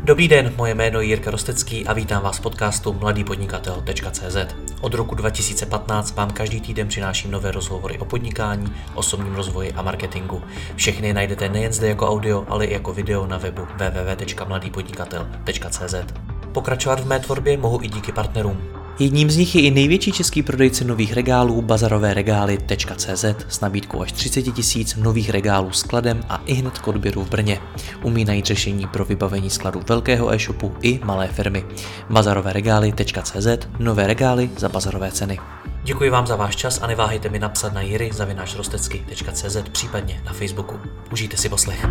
Dobrý den, moje jméno je Jirka Rostecký a vítám vás v podcastu mladýpodnikatel.cz. Od roku 2015 vám každý týden přináším nové rozhovory o podnikání, osobním rozvoji a marketingu. Všechny najdete nejen zde jako audio, ale i jako video na webu www.mladýpodnikatel.cz. Pokračovat v mé tvorbě mohu i díky partnerům. Jedním z nich je i největší český prodejce nových regálů bazaroveregály.cz s nabídkou až 30 000 nových regálů skladem a ihned k odběru v Brně. Umí najít řešení pro vybavení skladu velkého e-shopu i malé firmy. bazaroveregály.cz, nové regály za bazarové ceny. Děkuji vám za váš čas a neváhejte mi napsat na jiry@rostecky.cz, případně na Facebooku. Užijte si poslech.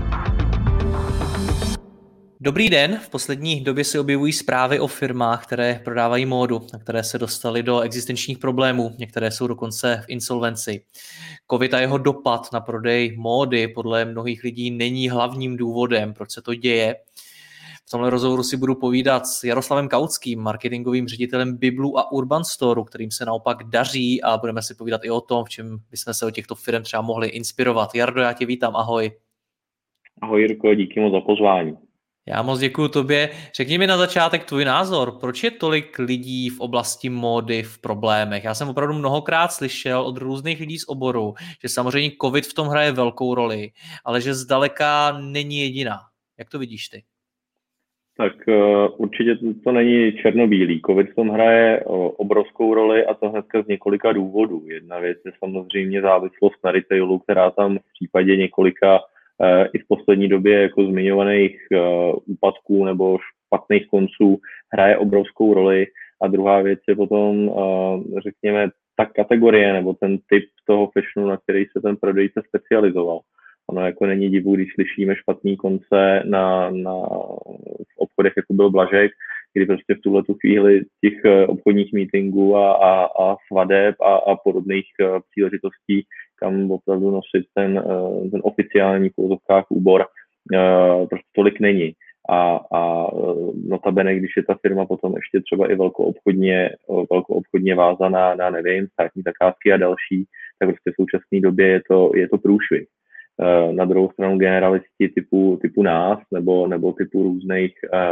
Dobrý den, v poslední době se objevují zprávy o firmách, které prodávají módu a které se dostaly do existenčních problémů, některé jsou dokonce v insolvenci. Covid a jeho dopad na prodej módy podle mnohých lidí není hlavním důvodem, proč se to děje. V tomhle rozhovoru si budu povídat s Jaroslavem Kautským, marketingovým ředitelem Biblu a Urban Storeu, kterým se naopak daří, a budeme si povídat i o tom, v čem bychom se od těchto firm třeba mohli inspirovat. Jardo, já tě vítám, ahoj. Ahoj Jirko, díky moc za pozvání. Já moc děkuju tobě. Řekni mi na začátek tvůj názor. Proč je tolik lidí v oblasti módy v problémech? Já jsem opravdu mnohokrát slyšel od různých lidí z oboru, že samozřejmě covid v tom hraje velkou roli, ale že zdaleka není jediná. Jak to vidíš ty? Tak určitě to není černobílý. Covid v tom hraje obrovskou roli, a to hnedka z několika důvodů. Jedna věc je samozřejmě závislost na retailu, která tam v případě několika i v poslední době jako zmiňovaných úpadků nebo špatných konců hraje obrovskou roli. A druhá věc je potom, řekněme, ta kategorie nebo ten typ toho fashionu, na který se ten prodejce specializoval. Ono jako není divu, když slyšíme špatný konce v obchodech, jako byl Blažek, kdy prostě v tuhletu chvíli těch obchodních meetingů a svadeb a podobných příležitostí, kam opravdu nosit ten oficiální v uvozovkách úbor, prostě tolik není. A notabene, když je ta firma potom ještě třeba i velkoobchodně vázaná na, nevím, státní zakázky a další, tak prostě v současné době je to průšvih. Na druhou stranu generalisti typu nás nebo typu různých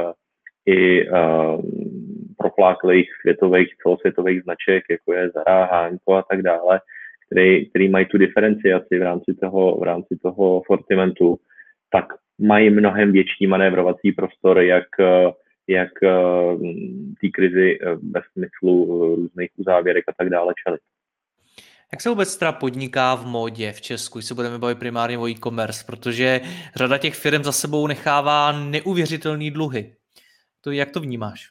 profláklých celosvětových značek, jako je Zara, H&M a tak dále, který mají tu diferenciaci v rámci toho sortimentu, tak mají mnohem větší manévrovací prostor, jak té krizi ve smyslu různých uzávěrek a tak dále čelit. Jak se vůbec teda podniká v módě v Česku, když se budeme bavit primárně o e-commerce, protože řada těch firm za sebou nechává neuvěřitelné dluhy. Jak to vnímáš?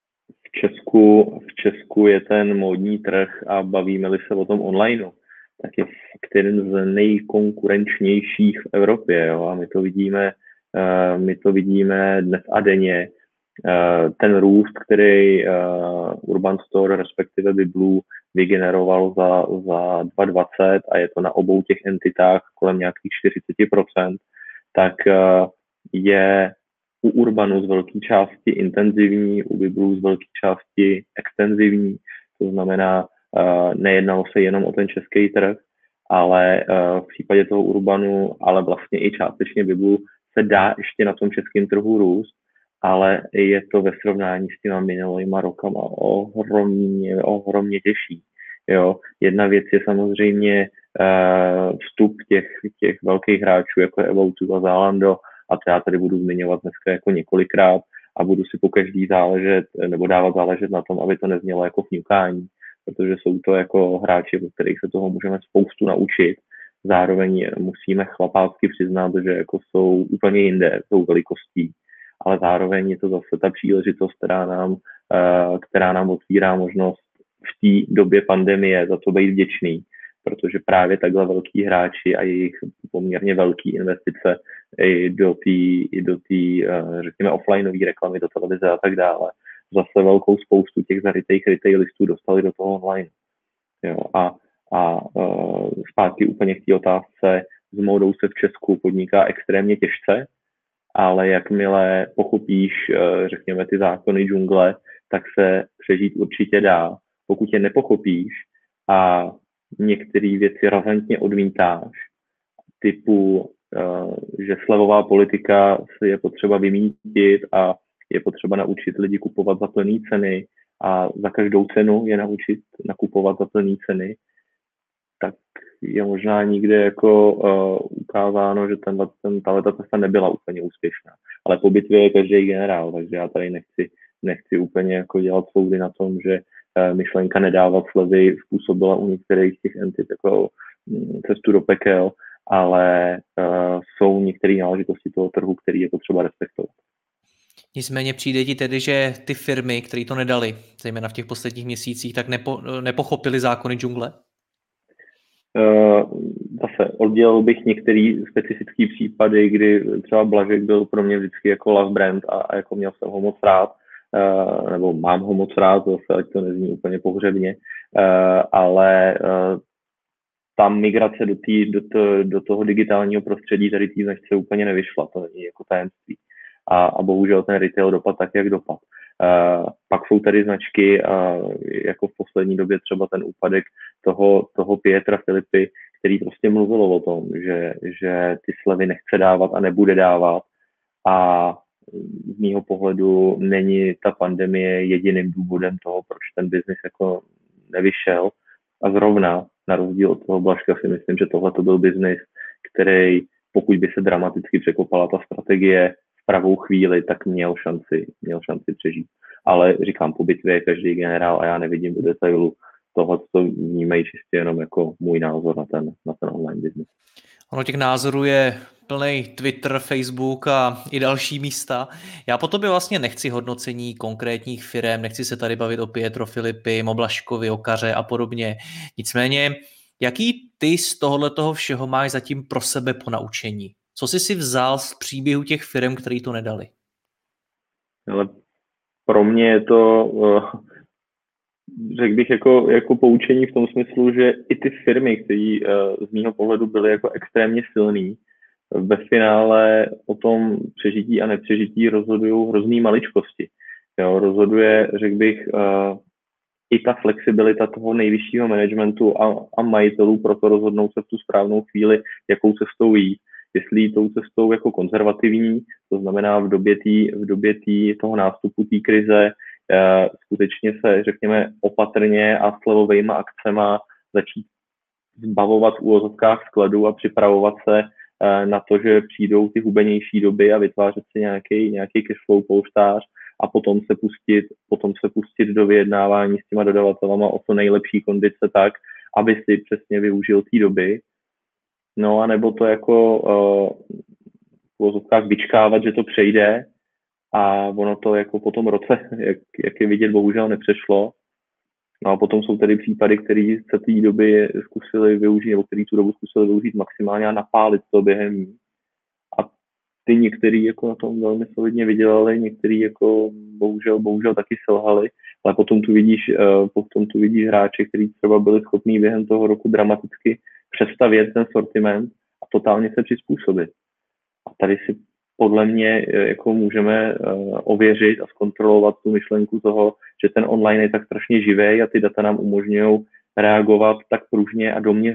V Česku je ten módní trh, a bavíme-li se o tom online, tak je fakt jeden z nejkonkurenčnějších v Evropě. Jo? A my to vidíme dnes a denně. Ten růst, který Urban Store, respektive Biblu, vygeneroval za 2020, a je to na obou těch entitách kolem nějakých 40%, tak je u Urbanu z velké části intenzivní, u Biblu z velké části extenzivní. To znamená, nejednalo se jenom o ten český trh, ale v případě toho Urbanu, ale vlastně i částečně Biblu, se dá ještě na tom českém trhu růst, ale je to ve srovnání s těma minulýma rokama ohromně těžší. Jo. Jedna věc je samozřejmě vstup těch velkých hráčů, jako je Evoltu a Zalando, a to já tady budu zmiňovat dneska jako několikrát a budu si po každý dávat záležet na tom, aby to neznělo jako fňukání, protože jsou to jako hráči, od kterých se toho můžeme spoustu naučit. Zároveň musíme chlapácky přiznat, že jako jsou úplně jinde, jsou velikostí, ale zároveň je to zase ta příležitost, která nám otvírá možnost v té době pandemie za to být vděčný, protože právě takhle velký hráči a jejich poměrně velký investice i do té řekněme offlineové reklamy, do televize a tak dále, zase velkou spoustu těch zarytých retailistů dostali do toho online. Jo, a zpátky úplně k té otázce, s módou se v Česku podniká extrémně těžce, ale jakmile pochopíš, řekněme, ty zákony džungle, tak se přežít určitě dá. Pokud je nepochopíš a některé věci razantně odmítáš, typu že slevová politika je potřeba vymýtit a je potřeba naučit lidi kupovat za plné ceny a za každou cenu je naučit nakupovat za plné ceny, tak je možná někde jako ukázáno, že tato cesta nebyla úplně úspěšná. Ale po bitvě je každý generál, takže já tady nechci úplně jako dělat soudy na tom, že myšlenka nedávat slevy způsobila u některých těch entit jako cestu do pekel, ale jsou některé náležitosti toho trhu, které je potřeba respektovat. Nicméně přijde ti tedy, že ty firmy, které to nedali, zejména v těch posledních měsících, tak nepochopili zákony džungle? Zase oddělil bych některý specifický případy, kdy třeba Blažek byl pro mě vždycky jako love brand a jako měl jsem ho moc rád, nebo mám ho moc rád, zase ať to nezní úplně pohřebně, ale ta migrace do toho digitálního prostředí tady té značce úplně nevyšla, to není jako tajemství. A bohužel ten retail dopad tak, jak dopad. Pak jsou tady značky, jako v poslední době třeba ten úpadek toho Pietra Filipy, který prostě mluvilo o tom, že ty slevy nechce dávat a nebude dávat a z mýho pohledu není ta pandemie jediným důvodem toho, proč ten biznis jako nevyšel. A zrovna na rozdíl od toho Blažka si myslím, že tohle to byl biznis, který pokud by se dramaticky překopala ta strategie v pravou chvíli, tak měl šanci přežít. Ale říkám, po bitvě je každý generál a já nevidím do detailu tohle, co vnímají čistě jenom jako můj názor na ten online business. Ono těch názorů je plný Twitter, Facebook a i další místa. Já po tobě vlastně nechci hodnocení konkrétních firem, nechci se tady bavit o Pietro Filipy, o Blažkovi, o Kaře a podobně. Nicméně, jaký ty z tohoto všeho máš zatím pro sebe po naučení? Co jsi si vzal z příběhu těch firm, které to nedali? Ale pro mě je to, řekl bych, jako poučení v tom smyslu, že i ty firmy, které z mýho pohledu byly jako extrémně silný, ve finále o tom přežití a nepřežití rozhodují hrozný maličkosti. Jo, rozhoduje, řekl bych, i ta flexibilita toho nejvyššího managementu a majitelů pro to rozhodnout se v tu správnou chvíli, jakou cestou jít. Jestli tou cestou jako konzervativní, to znamená v době toho nástupu té krize, skutečně se, řekněme, opatrně a slevovejma akcema začít zbavovat v úvozovkách skladů a připravovat se na to, že přijdou ty hubenější doby a vytvářet si nějaký cashflow polštář a potom se pustit do vyjednávání s těma dodavatelama o co nejlepší kondice tak, aby si přesně využil té doby. No a nebo to jako v uvozovkách vyčkávat, že to přejde a ono to jako po tom roce, jak je vidět, bohužel nepřešlo. No a potom jsou tady případy, které se té doby zkusili využít, nebo který tu dobu zkusili využít maximálně a napálit to během ní. A ty některý jako na tom velmi solidně vydělali, některý jako bohužel taky selhali, ale potom tu vidíš hráče, kteří třeba byli schopní během toho roku dramaticky přestavět ten sortiment a totálně se přizpůsobit. A tady si podle mě jako můžeme ověřit a zkontrolovat tu myšlenku toho, že ten online je tak strašně živý a ty data nám umožňují reagovat tak pružně a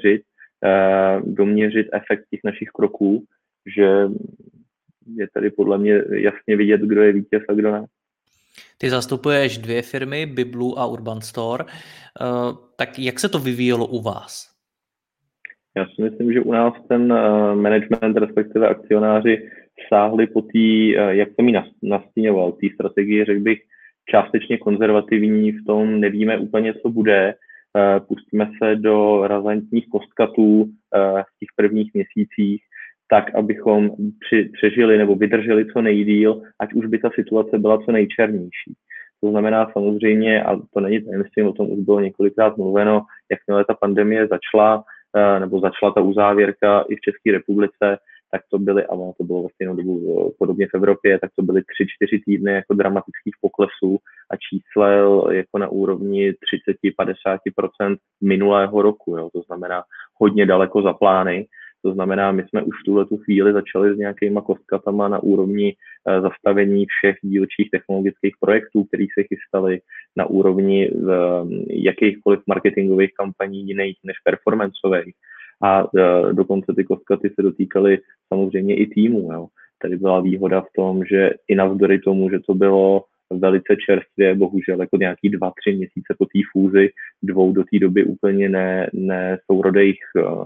doměřit efekt těch našich kroků, že je tady podle mě jasně vidět, kdo je vítěz a kdo ne. Ty zastupuješ 2 firmy, Biblu a Urban Store. Tak jak se to vyvíjelo u vás? Já si myslím, že u nás ten management, respektive akcionáři, sáhli po té, jak jsem ji nastíňoval, té strategii, řekl bych, částečně konzervativní, v tom nevíme úplně, co bude. Pustíme se do razantních kostkatů v těch prvních měsících, tak, abychom přežili nebo vydrželi co nejdýl, ať už by ta situace byla co nejčernější. To znamená samozřejmě, a to není tajemstvím, o tom už bylo několikrát mluveno, jakmile ta pandemie začala ta uzávěrka i v České republice, tak to byly, a to bylo ve stejnou dobu podobně v Evropě, tak to byly 3-4 týdny jako dramatických poklesů a čísel jako na úrovni 30-50% minulého roku. Jo. To znamená hodně daleko za plány. To znamená, my jsme už v tuhletu chvíli začali s nějakýma kostkatama na úrovni zastavení všech dílčích technologických projektů, které se chystaly na úrovni jakýchkoliv marketingových kampaní jiných než performanceových. A dokonce ty kostkaty se dotýkaly samozřejmě i týmu. Jo. Tady byla výhoda v tom, že i navzdory tomu, že to bylo velice čerstvě, bohužel jako nějaký 2-3 měsíce po té fúzi, dvou do té doby úplně nesourodejch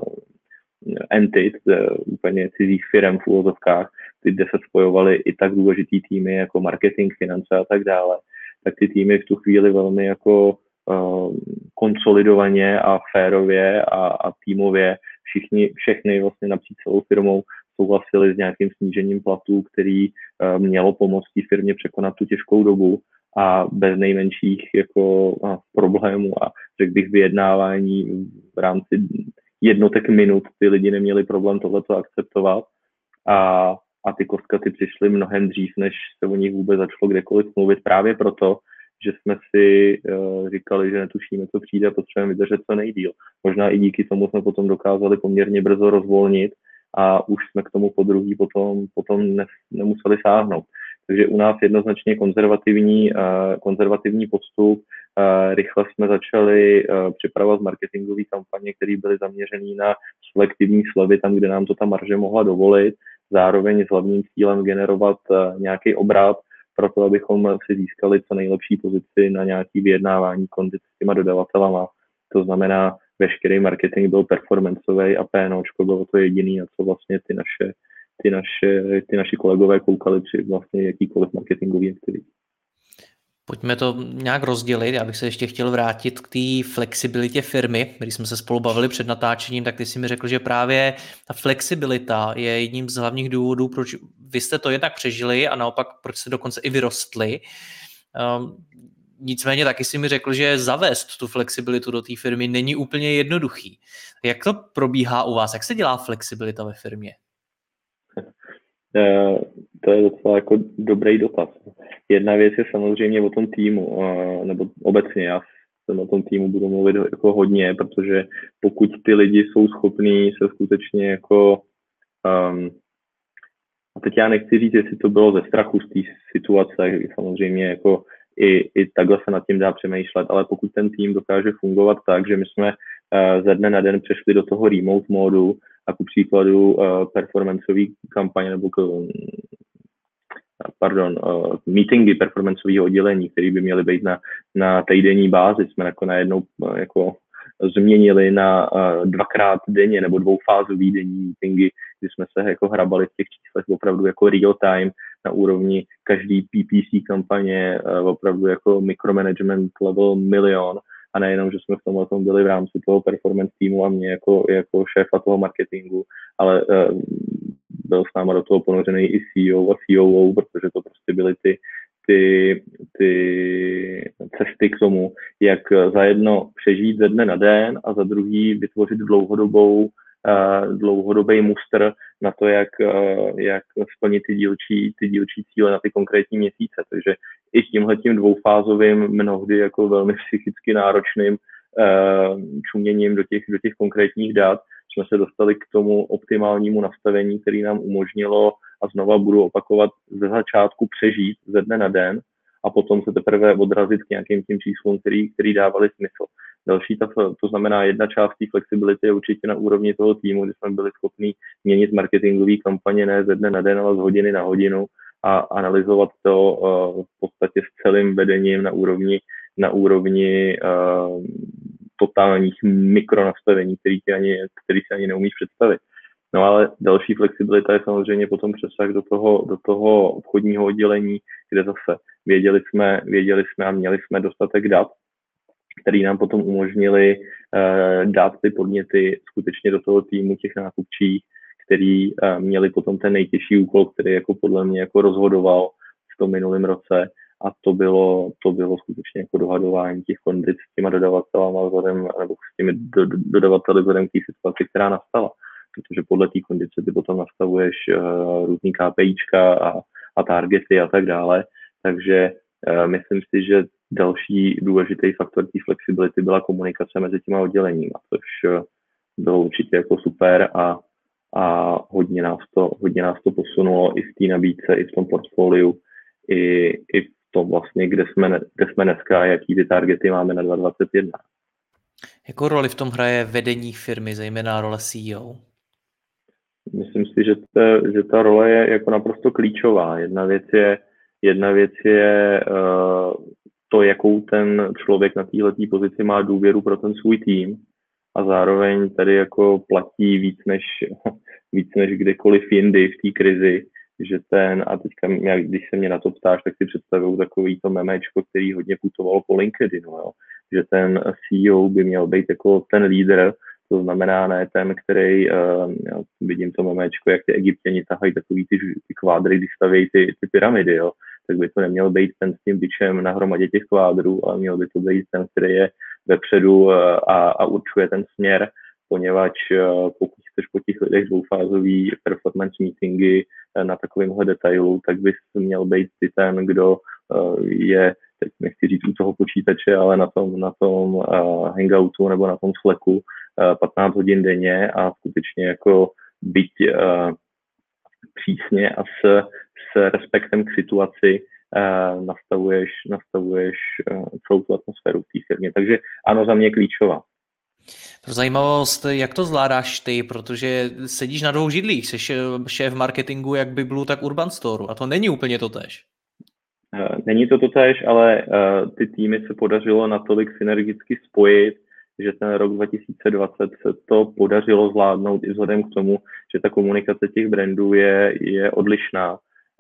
entit, úplně cizích firem v úvozovkách, kde se spojovaly i tak důležitý týmy jako marketing, finance a tak dále, tak ty týmy v tu chvíli velmi jako konsolidovaně a férově a týmově všechny vlastně napříč celou firmou souhlasili s nějakým snížením platů, který mělo pomoct té firmě překonat tu těžkou dobu a bez nejmenších jako problémů a řekl bych vyjednávání v rámci jednotek minut ty lidi neměli problém tohleto akceptovat a ty kostkaty přišly mnohem dřív, než se o nich vůbec začalo kdekoliv mluvit, právě proto, že jsme si říkali, že netušíme, co přijde a potřebujeme vydržet co nejdýl. Možná i díky tomu jsme potom dokázali poměrně brzo rozvolnit a už jsme k tomu podruhý potom nemuseli sáhnout. Takže u nás jednoznačně konzervativní postup. Rychle jsme začali připravovat marketingové kampaně, které byly zaměřené na selektivní slevy, tam, kde nám to ta marže mohla dovolit. Zároveň s hlavním cílem generovat nějaký obrat, proto abychom si získali co nejlepší pozici na nějaké vyjednávání kondic s těma dodavatelama. To znamená, veškerý marketing byl performanceový a PNOčko bylo to jediný, na co vlastně ty naši kolegové koukali při vlastně jakýkoliv marketingový aktivitě. Pojďme to nějak rozdělit. Já bych se ještě chtěl vrátit k té flexibilitě firmy. Když jsme se spolu bavili před natáčením, tak ty si mi řekl, že právě ta flexibilita je jedním z hlavních důvodů, proč vy jste to jednak přežili a naopak proč jste dokonce i vyrostli. Nicméně taky si mi řekl, že zavést tu flexibilitu do té firmy není úplně jednoduchý. Jak to probíhá u vás? Jak se dělá flexibilita ve firmě? To je docela jako dobrý dotaz. Jedna věc je samozřejmě o tom týmu, nebo obecně já o tom týmu budu mluvit jako hodně, protože pokud ty lidi jsou schopní se skutečně jako a teď já nechci říct, jestli to bylo ze strachu z té situace, samozřejmě jako i takhle se nad tím dá přemýšlet, ale pokud ten tým dokáže fungovat tak, že my jsme ze dne na den přešli do toho remote módu a ku příkladu performanceový kampaně nebo meetingy performanceového oddělení, které by měly být na týdenní bázi, jsme jako najednou jako změnili na dvakrát denně nebo dvoufázový denní meetingy, kdy jsme se jako hrabali v těch číslech opravdu jako real time na úrovni každý PPC kampaně, opravdu jako micromanagement level milion a nejenom, že jsme v tomhle tom byli v rámci toho performance týmu a mě jako šéfa toho marketingu, ale byl s náma do toho ponořený i CEO a COO, protože to prostě byly ty cesty k tomu, jak za jedno přežít ze dne na den a za druhý vytvořit dlouhodobý mustr na to, jak splnit ty dílčí cíle na ty konkrétní měsíce. Takže i tímhletím dvoufázovým, mnohdy jako velmi psychicky náročným čuměním do těch konkrétních dat jsme se dostali k tomu optimálnímu nastavení, který nám umožnilo, a znova budu opakovat, ze začátku přežít ze dne na den a potom se teprve odrazit k nějakým tím číslům, který dávali smysl. Další, to znamená jedna část té flexibility je určitě na úrovni toho týmu, kdy jsme byli schopni měnit marketingové kampaně ne ze dne na den, ale z hodiny na hodinu a analyzovat to v podstatě s celým vedením na úrovni totálních mikronastavení, který si ani neumíš představit. No ale další flexibilita je samozřejmě potom přesah do toho obchodního oddělení, kde zase věděli jsme a měli jsme dostatek dat, který nám potom umožnili dát ty podněty skutečně do toho týmu těch nákupčích, který měli potom ten nejtěžší úkol, který jako podle mě jako rozhodoval v tom minulém roce, a to bylo skutečně jako dohadování těch kondic s těma dodavatelama nebo s těmi dodavateli vzhledem k té situaci, která nastala. Protože podle té kondice ty potom nastavuješ různý KPIčka a targety a tak dále. Takže myslím si, že další důležitý faktor té flexibility byla komunikace mezi těma odděleníma, což bylo určitě jako super a hodně nás to posunulo i v té nabídce, i v tom portfoliu, i v tom vlastně, kde jsme dneska a jaký ty targety máme na 2021. Jakou roli v tom hraje vedení firmy, zejména role CEO? Myslím si, že ta role je jako naprosto klíčová. Jedna věc je to, jakou ten člověk na této pozici má důvěru pro ten svůj tým, a zároveň tady jako platí víc než kdekoliv jindy v té krizi, že a teďka, když se mě na to ptáš, tak si představuju takový to memečko, který hodně putovalo po LinkedInu, jo? Že ten CEO by měl být jako ten lídr, to znamená ne ten, který, vidím to memečko, jak ty Egyptěni tahají takový ty kvádry, když stavějí ty pyramidy, jo? Tak by to neměl být ten s tím bičem na hromadě těch kvádrů, ale měl by to být ten, který je vepředu a určuje ten směr, poněvadž pokud chceš po těch lidech dvoufázový performance meetingy na takovémhle detailu, tak bys měl být ty ten, kdo je, teď nechci říct u toho počítače, ale na tom hangoutu nebo na tom Slacku 15 hodin denně a skutečně jako byť přísně a s respektem k situaci nastavuješ celou tu atmosféru v té firmě. Takže ano, za mě klíčová. Pro zajímavost, jak to zvládáš ty, protože sedíš na dvou židlích, jsi šéf marketingu jak Biblu, tak Urban Store a to není úplně totéž. Není to totéž, ale ty týmy se podařilo natolik synergicky spojit, že ten rok 2020 se to podařilo zvládnout i vzhledem k tomu, že ta komunikace těch brandů je odlišná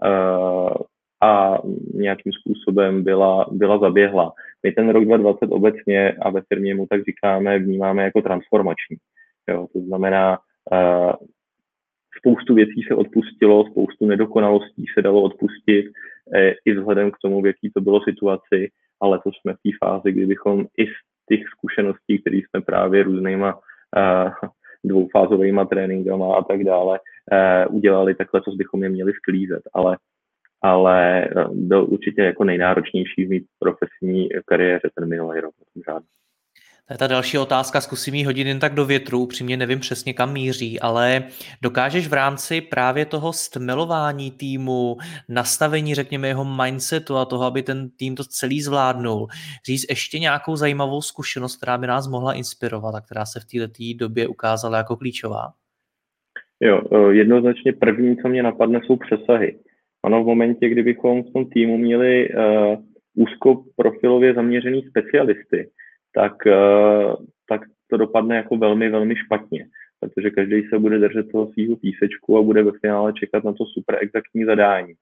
a nějakým způsobem byla zaběhla. My ten rok 2020 obecně a ve firmě mu tak říkáme, vnímáme jako transformační. Jo, to znamená, spoustu věcí se odpustilo, spoustu nedokonalostí se dalo odpustit i vzhledem k tomu, v jaký to bylo situaci, ale to jsme v té fázi, kdy bychom i z těch zkušeností, které jsme právě různýma dvoufázovýma tréninkama a tak dále udělali takhle, co bychom je měli sklízet, ale byl určitě jako nejnáročnější v mít profesní kariéře ten minulý rok. To je ta další otázka, zkusím jí hodit jen tak do větru, upřímně nevím přesně kam míří, ale dokážeš v rámci právě toho stmelování týmu, nastavení, řekněme, jeho mindsetu a toho, aby ten tým to celý zvládnul, říct ještě nějakou zajímavou zkušenost, která by nás mohla inspirovat a která se v této době ukázala jako klíčová? Jo, jednoznačně první, co mě napadne, jsou přesahy. Ano, v momentě, kdybychom v tom týmu měli úzkoprofilově zaměřený specialisty, tak to dopadne jako velmi, velmi špatně, protože každý se bude držet toho svýho písečku a bude ve finále čekat na to super exaktní zadání,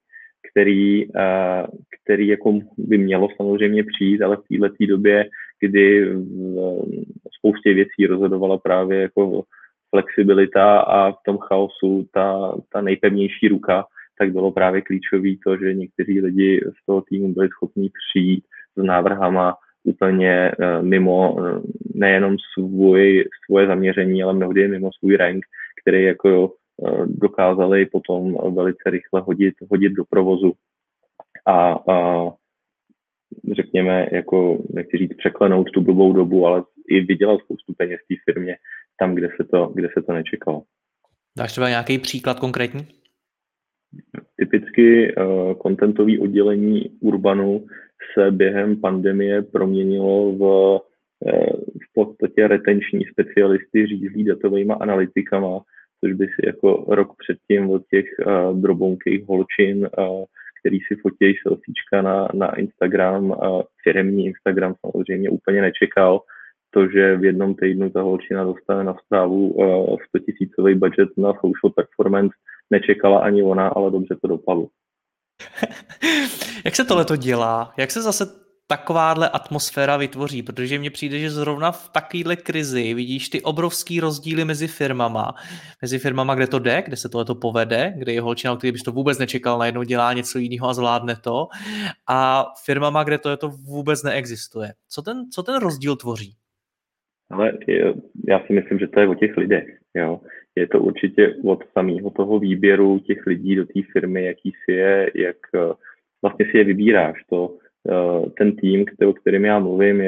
který jako by mělo samozřejmě přijít, ale v této době, kdy v spoustě věcí rozhodovala právě jako flexibilita a v tom chaosu ta nejpevnější ruka, tak bylo právě klíčový to, že někteří lidi z toho týmu byli schopni přijít s návrhama úplně mimo nejenom svoje zaměření, ale mnohdy mimo svůj rank, který jako dokázali potom velice rychle hodit do provozu a řekněme, jako nechci říct překlenout tu blbou dobu, ale i vydělat spoustu peněz v té firmě tam, kde se to nečekalo. Dáš třeba nějaký příklad konkrétní? Typicky contentové oddělení Urbanu se během pandemie proměnilo v podstatě retenční specialisty řízlí datovými analytikama, což by si jako rok předtím od těch drobonkých holčin, který si fotějí selfiečka na Instagram, firemní Instagram samozřejmě úplně nečekal. To, že v jednom týdnu ta holčina dostane na zprávu 100 000 budget na social performance, nečekala ani ona, ale dobře to dopadlo. Jak se tohleto dělá? Jak se zase takováhle atmosféra vytvoří? Protože mně přijde, že zrovna v takovéhle krizi vidíš ty obrovský rozdíly mezi firmama, kde to jde, kde se tohleto povede, kde je holčina, který bys to vůbec nečekal, najednou dělá něco jiného a zvládne to, a firmama, kde to vůbec neexistuje. Co ten rozdíl tvoří? Ale já si myslím, že to je o těch lidech. Jo. Je to určitě od samého toho výběru těch lidí do té firmy, jaký si je, jak vlastně si je vybíráš. Ten tým, o kterým já mluvím,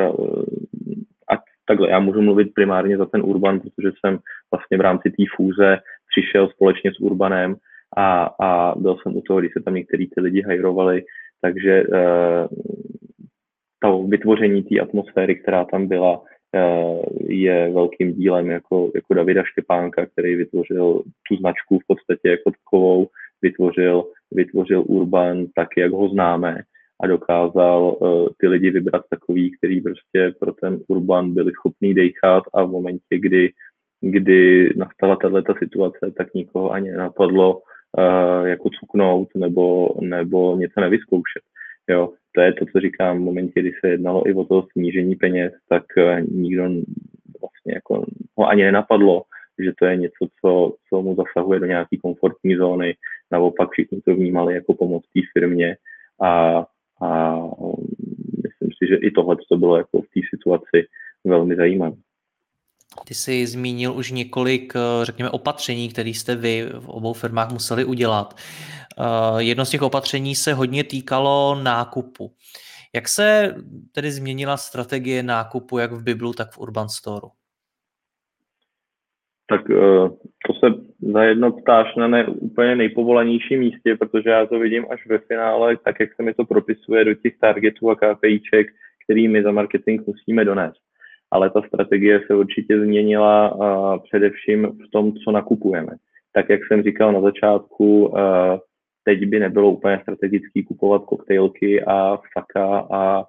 a takhle, já můžu mluvit primárně za ten Urban, protože jsem vlastně v rámci té fúze přišel společně s Urbanem a byl jsem u toho, když se tam některý ty lidi hajrovali, takže to vytvoření té atmosféry, která tam byla, je velkým dílem jako Davida Štěpánka, který vytvořil tu značku v podstatě jako takovou, vytvořil Urban tak, jak ho známe a dokázal ty lidi vybrat takový, který prostě pro ten Urban byli schopní dejchat a v momentě, kdy nastala tato situace, tak nikoho ani nenapadlo jako cuknout nebo něco nevyzkoušet. Jo, to je to, co říkám, v momentě, kdy se jednalo i o to snížení peněz, tak nikdo vlastně jako ho ani nenapadlo, že to je něco, co mu zasahuje do nějaké komfortní zóny. Naopak všichni to vnímali jako pomoc té firmě a myslím si, že i tohle to bylo jako v té situaci velmi zajímavé. Ty jsi zmínil už několik, řekněme, opatření, které jste vy v obou firmách museli udělat. Jedno z těch opatření se hodně týkalo nákupu. Jak se tedy změnila strategie nákupu jak v Biblu, tak v Urban Store? Tak to se zajedno ptáš na úplně nejpovolanějším místě, protože já to vidím až ve finále, tak jak se mi to propisuje do těch targetů a KPIček, který my za marketing musíme donést. Ale ta strategie se určitě změnila především v tom, co nakupujeme. Tak jak jsem říkal na začátku, teď by nebylo úplně strategický kupovat koktejlky a saka a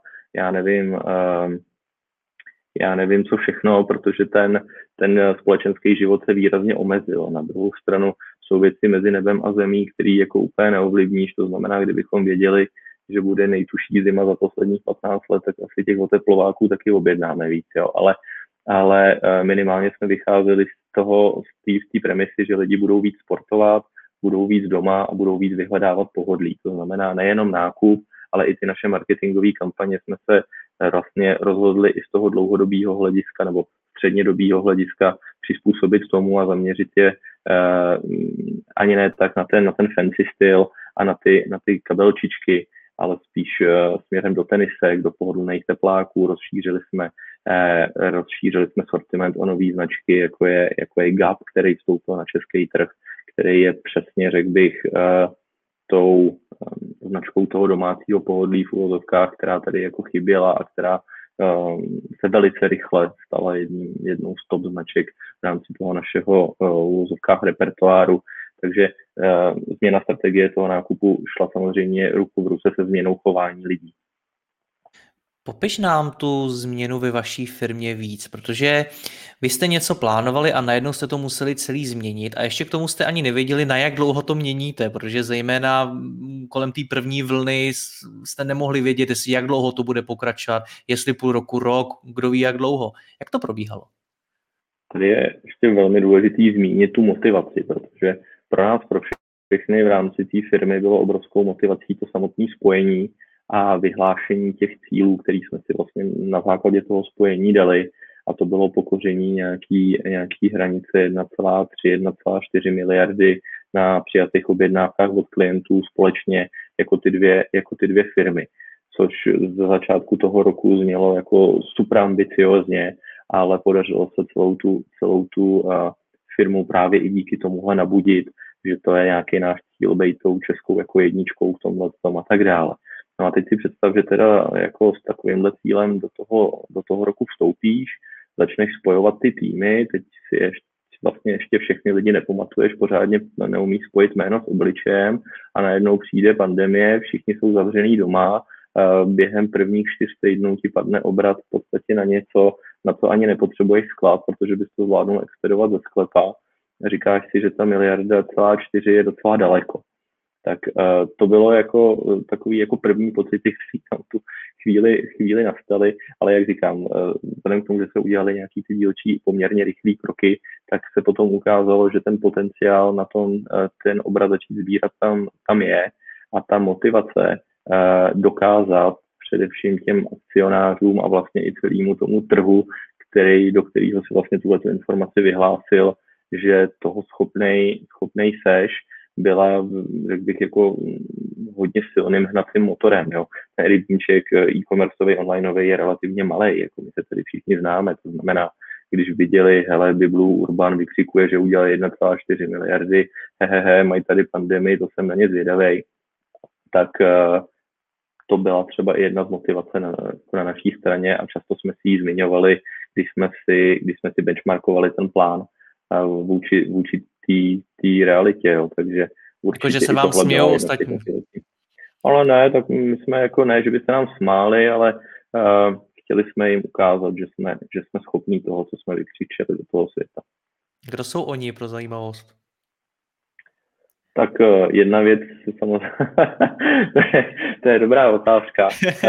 já nevím co všechno, protože ten společenský život se výrazně omezil. Na druhou stranu jsou věci mezi nebem a zemí, které jako úplně neovlivníš. To znamená, kdybychom věděli, že bude nejtužší zima za posledních 15 let, tak asi těch oteplováků taky objednáme víc. Jo. Ale minimálně jsme vycházeli z té premisy, že lidi budou víc sportovat, budou víc doma a budou víc vyhledávat pohodlí. To znamená nejenom nákup, ale i ty naše marketingové kampaně jsme se vlastně rozhodli i z toho dlouhodobého hlediska nebo střednědobého hlediska přizpůsobit tomu a zaměřit je ani ne tak na ten fancy styl a na ty kabelčičky, ale spíš směrem do tenisek, do pohodlných tepláků. Rozšířili jsme sortiment o nové značky, jako je Gap, který vstoupil na český trh, který je přesně, řekl bych, tou značkou toho domácího pohodlí v uvozovkách, která tady jako chyběla a která se velice rychle stala jednou z top značek v rámci toho našeho v uvozovkách repertoáru. Takže změna strategie toho nákupu šla samozřejmě ruku v ruce se změnou chování lidí. Popiš nám tu změnu ve vaší firmě víc, protože vy jste něco plánovali a najednou jste to museli celý změnit a ještě k tomu jste ani nevěděli, na jak dlouho to měníte, protože zejména kolem té první vlny jste nemohli vědět, jestli jak dlouho to bude pokračovat, jestli půl roku, rok, kdo ví jak dlouho. Jak to probíhalo? Tady je ještě velmi důležitý zmínit tu motivaci, protože pro nás, pro všechny v rámci té firmy bylo obrovskou motivací to samotné spojení a vyhlášení těch cílů, které jsme si vlastně na základě toho spojení dali, a to bylo pokoření nějaký hranice 1,3–1,4 miliardy na přijatých objednávkách od klientů společně jako ty dvě firmy, což ze začátku toho roku znělo jako super ambiciozně, ale podařilo se celou tu firmu právě i díky tomuhle nabudit, že to je nějaký náš cíl být tou českou jako jedničkou v tomhle tom a tak dále. No a teď si představ, že teda jako s takovýmhle cílem do toho roku vstoupíš, začneš spojovat ty týmy, teď si ještě všechny lidi nepamatuješ, pořádně neumíš spojit jméno s obličejem a najednou přijde pandemie, všichni jsou zavřený doma, během prvních 4 týdnů ti padne obrat v podstatě na něco, na co ani nepotřebuješ sklad, protože bys to zvládnul expedovat ze sklepa. Říkáš si, že ta 1,4 miliardy je docela daleko. Tak to bylo jako takový jako první pocity, které tam tu chvíli nastaly, ale jak říkám, vzhledem k tomu, že se udělali nějaký ty dílčí poměrně rychlý kroky, tak se potom ukázalo, že ten potenciál na tom ten obrat začít sbírat tam je a ta motivace dokázat především těm akcionářům a vlastně i celému tomu trhu, do kterého si vlastně tuhletu informaci vyhlásil, že toho schopnej seš, byla, řekl bych, jako hodně silným hnacím motorem. Jo. Ten rybníček e-commerceový, onlineový je relativně malý, jako my se tady všichni známe, to znamená, když viděli, hele, Biblu, Urban vykřikuje, že udělali 1,4 miliardy, mají tady pandemii, to jsem na ně zvědavej, tak to byla třeba i jedna z motivace na naší straně a často jsme si ji zmiňovali, když jsme si benchmarkovali ten plán vůči té realitě, jo. Takže určitě Jakože se i vám tohle byla smějou jedna z těch ostatní. motivací. Ale ne, tak my jsme jako ne, že by se nám smáli, ale chtěli jsme jim ukázat, že jsme schopní toho, co jsme vykřičeli do toho světa. Kdo jsou oni, pro zajímavost? Tak jedna věc, samozřejmě, to je dobrá otázka.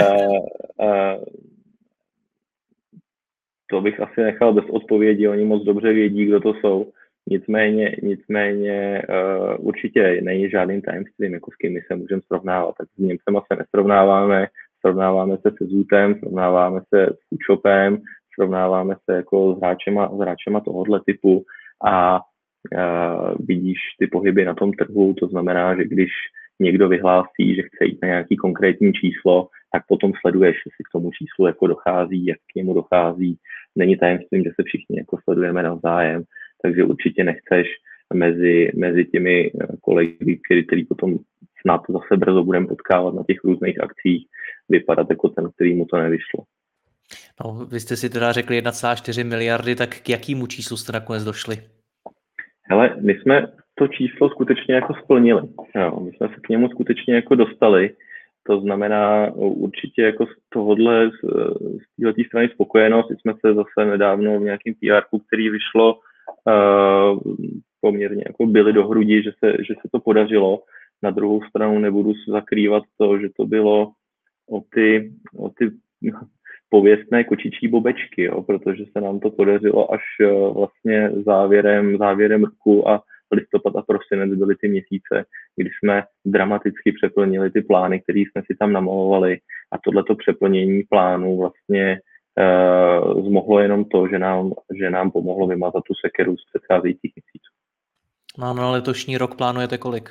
To bych asi nechal bez odpovědi, oni moc dobře vědí, kdo to jsou. Nicméně určitě není žádným tajemstvím, jako s kým my se můžeme srovnávat. Tak s Němcema se nesrovnáváme, srovnáváme se se Zootem, srovnáváme se s Foodshopem, srovnáváme se jako s hráčema tohohle typu a vidíš ty pohyby na tom trhu, to znamená, že když někdo vyhlásí, že chce jít na nějaký konkrétní číslo, tak potom sleduješ, jestli k tomu číslu jako dochází, jak k němu dochází. Není tajemstvím, že se všichni jako sledujeme navzájem, takže určitě nechceš mezi těmi kolegy, který potom snad zase brzo budeme potkávat na těch různých akcích, vypadat jako ten, kterýmu to nevyšlo. No, vy jste si teda řekli 1,4 miliardy, tak k jakému číslu jste nakonec došli? Hele, my jsme to číslo skutečně jako splnili. Jo, my jsme se k němu skutečně jako dostali. To znamená určitě jako z tohohle, z této strany spokojenost. Jsme se zase nedávno v nějakém PR, který vyšlo, poměrně jako byli do hrudi, že se to podařilo. Na druhou stranu nebudu zakrývat to, že to bylo o ty pověstné kočičí bobečky, jo, protože se nám to podařilo až vlastně závěrem roku a listopad a prosinec byly ty měsíce, kdy jsme dramaticky přeplnili ty plány, které jsme si tam namalovali a tohleto přeplnění plánů vlastně zmohlo jenom to, že nám pomohlo vymazat tu sekeru z předcházejících měsíců. No, na letošní rok plánujete kolik?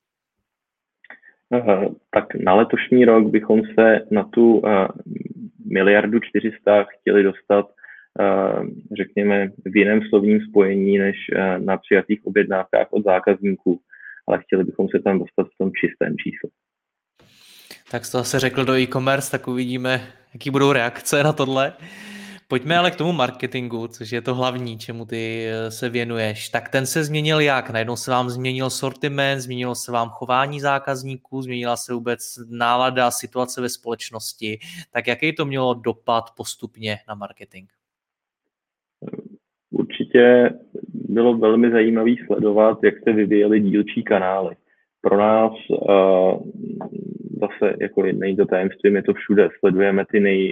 Tak na letošní rok bychom se na tu 1,4 miliardy chtěli dostat, řekněme, v jiném slovním spojení než na přijatých objednávkách od zákazníků, ale chtěli bychom se tam dostat v tom čistém čísle. Tak jste zase řekl do e-commerce, tak uvidíme, jaký budou reakce na tohle. Pojďme ale k tomu marketingu, což je to hlavní, čemu ty se věnuješ. Tak ten se změnil jak? Najednou se vám změnil sortiment, změnilo se vám chování zákazníků, změnila se vůbec nálada, situace ve společnosti. Tak jaký to mělo dopad postupně na marketing? Určitě bylo velmi zajímavé sledovat, jak se vyvíjely dílčí kanály. Pro nás zase, jako není to tajemstvím, je to všude. Sledujeme ty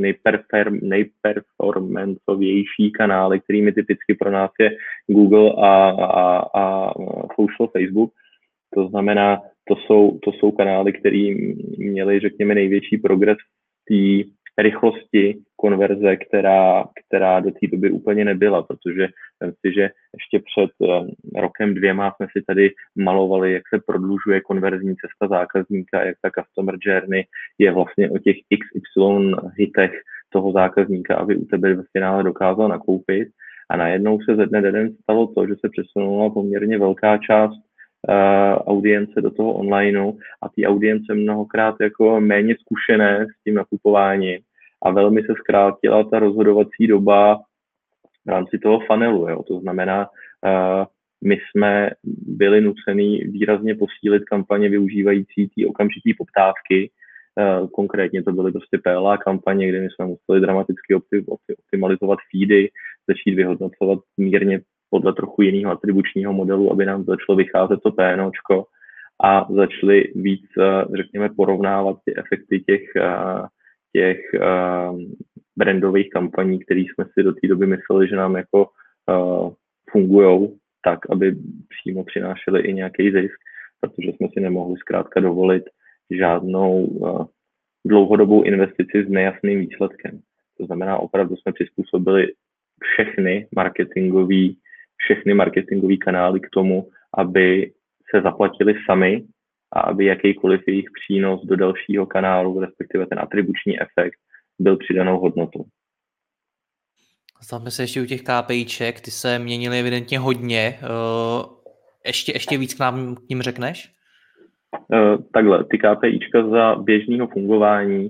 nejperformancovější kanály, kterými typicky pro nás je Google a social Facebook. To znamená, to jsou kanály, které měly, řekněme, největší progres v té rychlosti konverze, která do té doby úplně nebyla, protože myslím si, že ještě před rokem, 2 jsme si tady malovali, jak se prodlužuje konverzní cesta zákazníka, jak ta customer journey je vlastně o těch XY hitech toho zákazníka, aby u tebe v finále dokázal nakoupit. A najednou se ze dne den stalo to, že se přesunula poměrně velká část audience do toho onlineu a ty audience mnohokrát jako méně zkušené s tím nakupováním a velmi se zkrátila ta rozhodovací doba v rámci toho funnelu. Jo. To znamená, my jsme byli nuceni výrazně posílit kampaně využívající ty okamžitý poptávky. Konkrétně to byly prostě PLA kampaně, kde my jsme museli dramaticky optimalizovat feedy, začít vyhodnocovat mírně podle trochu jiného atribučního modelu, aby nám začalo vycházet to PNOčko a začali víc, řekněme, porovnávat ty efekty těch brandových kampaní, které jsme si do té doby mysleli, že nám jako fungujou tak, aby přímo přinášely i nějaký zisk, protože jsme si nemohli zkrátka dovolit žádnou dlouhodobou investici s nejasným výsledkem. To znamená, opravdu jsme přizpůsobili všechny marketingové kanály k tomu, aby se zaplatili sami a aby jakýkoliv jejich přínos do dalšího kanálu, respektive ten atribuční efekt, byl přidanou hodnotou. Zastavme se ještě u těch KPIček, ty se měnily evidentně hodně. Ještě víc k ním řekneš? Takhle, ty KPIčka za běžného fungování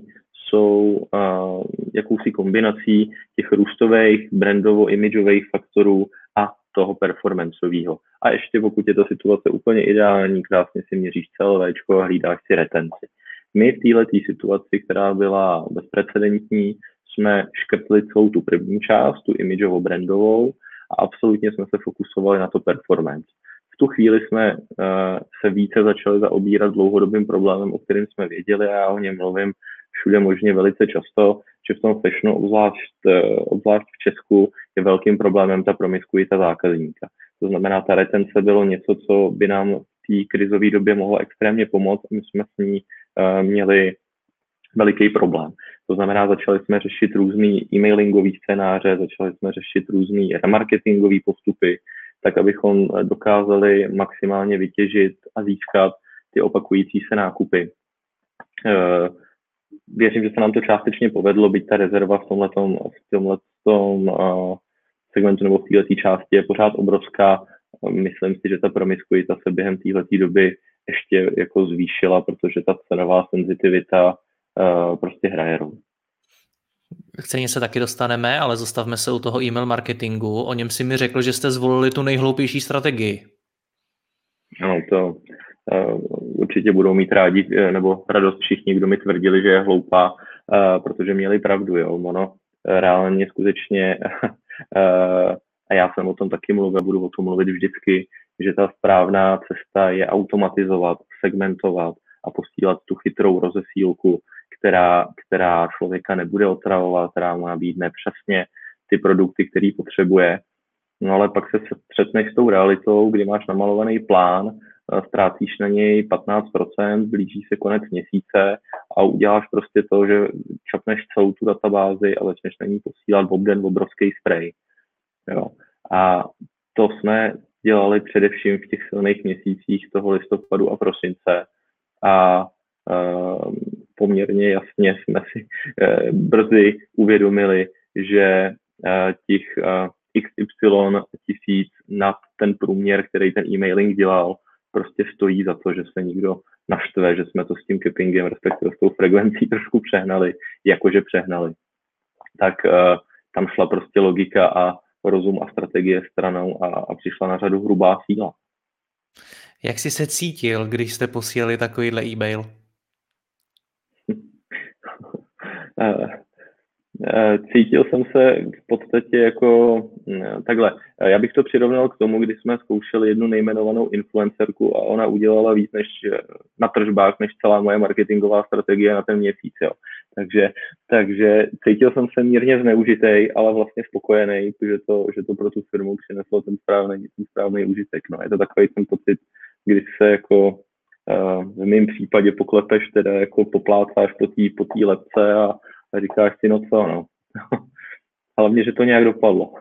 jsou jakousi kombinací těch růstových, brandovo-imidžových faktorů a toho performanceového. A ještě pokud je ta situace úplně ideální, krásně si měříš CLVčko a hlídáš si retenci. My v této situaci, která byla bezprecedentní, jsme škrtli celou tu první část, tu imidžovo-brandovou, a absolutně jsme se fokusovali na to performance. V tu chvíli jsme se více začali zaobírat dlouhodobým problémem, o kterém jsme věděli, a já o něm mluvím všude možně velice často, že v tom fashionu, obzvlášť v Česku, je velkým problémem ta promiskuita zákazníka. To znamená, ta retence bylo něco, co by nám v té krizové době mohlo extrémně pomoct, a my jsme s ní měli veliký problém. To znamená, začali jsme řešit různý e-mailingové scénáře, začali jsme řešit různý remarketingové postupy, tak abychom dokázali maximálně vytěžit a získat ty opakující se nákupy. Věřím, že se nám to částečně povedlo, byť ta rezerva v tomhletom segmentu nebo v této části je pořád obrovská. Myslím si, že ta promiskuita se během této doby ještě jako zvýšila, protože ta cenová senzitivita prostě hraje roli. K ceně se taky dostaneme, ale zastavme se u toho e-mail marketingu. O něm si mi řekl, že jste zvolili tu nejhloupější strategii. Ano, to určitě budou mít rádi, nebo radost všichni, kdo mi tvrdili, že je hloupá, protože měli pravdu, jo. Ono reálně skutečně, a já jsem o tom taky mluvil, budu o tom mluvit vždycky, že ta správná cesta je automatizovat, segmentovat a posílat tu chytrou rozesílku, která člověka nebude otravovat, která má být nepřesně ty produkty, který potřebuje. No ale pak se střetneš s tou realitou, kdy máš namalovaný plán, ztrácíš na něj 15%, blíží se konec měsíce a uděláš prostě to, že čapneš celou tu databázi a začneš na ní posílat obden obrovský spray. Jo. A to jsme dělali především v těch silných měsících toho listopadu a prosince a poměrně jasně jsme si brzy uvědomili, že těch XY tisíc nad ten průměr, který ten e-mailing dělal, prostě stojí za to, že se nikdo naštve, že jsme to s tím cappingem, respektive s tou frekvencí trošku přehnali, jakože přehnali. Tak tam šla prostě logika a rozum a strategie stranou a přišla na řadu hrubá síla. Jak jsi se cítil, když jste posílali takovýhle e-mail? Cítil jsem se v podstatě jako takhle. Já bych to přirovnal k tomu, kdy jsme zkoušeli jednu nejmenovanou influencerku a ona udělala víc než na tržbách, než celá moje marketingová strategie na ten měsíc. Jo. Takže cítil jsem se mírně zneužitej, ale vlastně spokojený, že to pro tu firmu přineslo ten správný užitek. No. Je to takový ten pocit, kdy se jako v mém případě poklepeš, teda jako poplácáš po té lepce a říkáš si, no co, no. Hlavně, že to nějak dopadlo.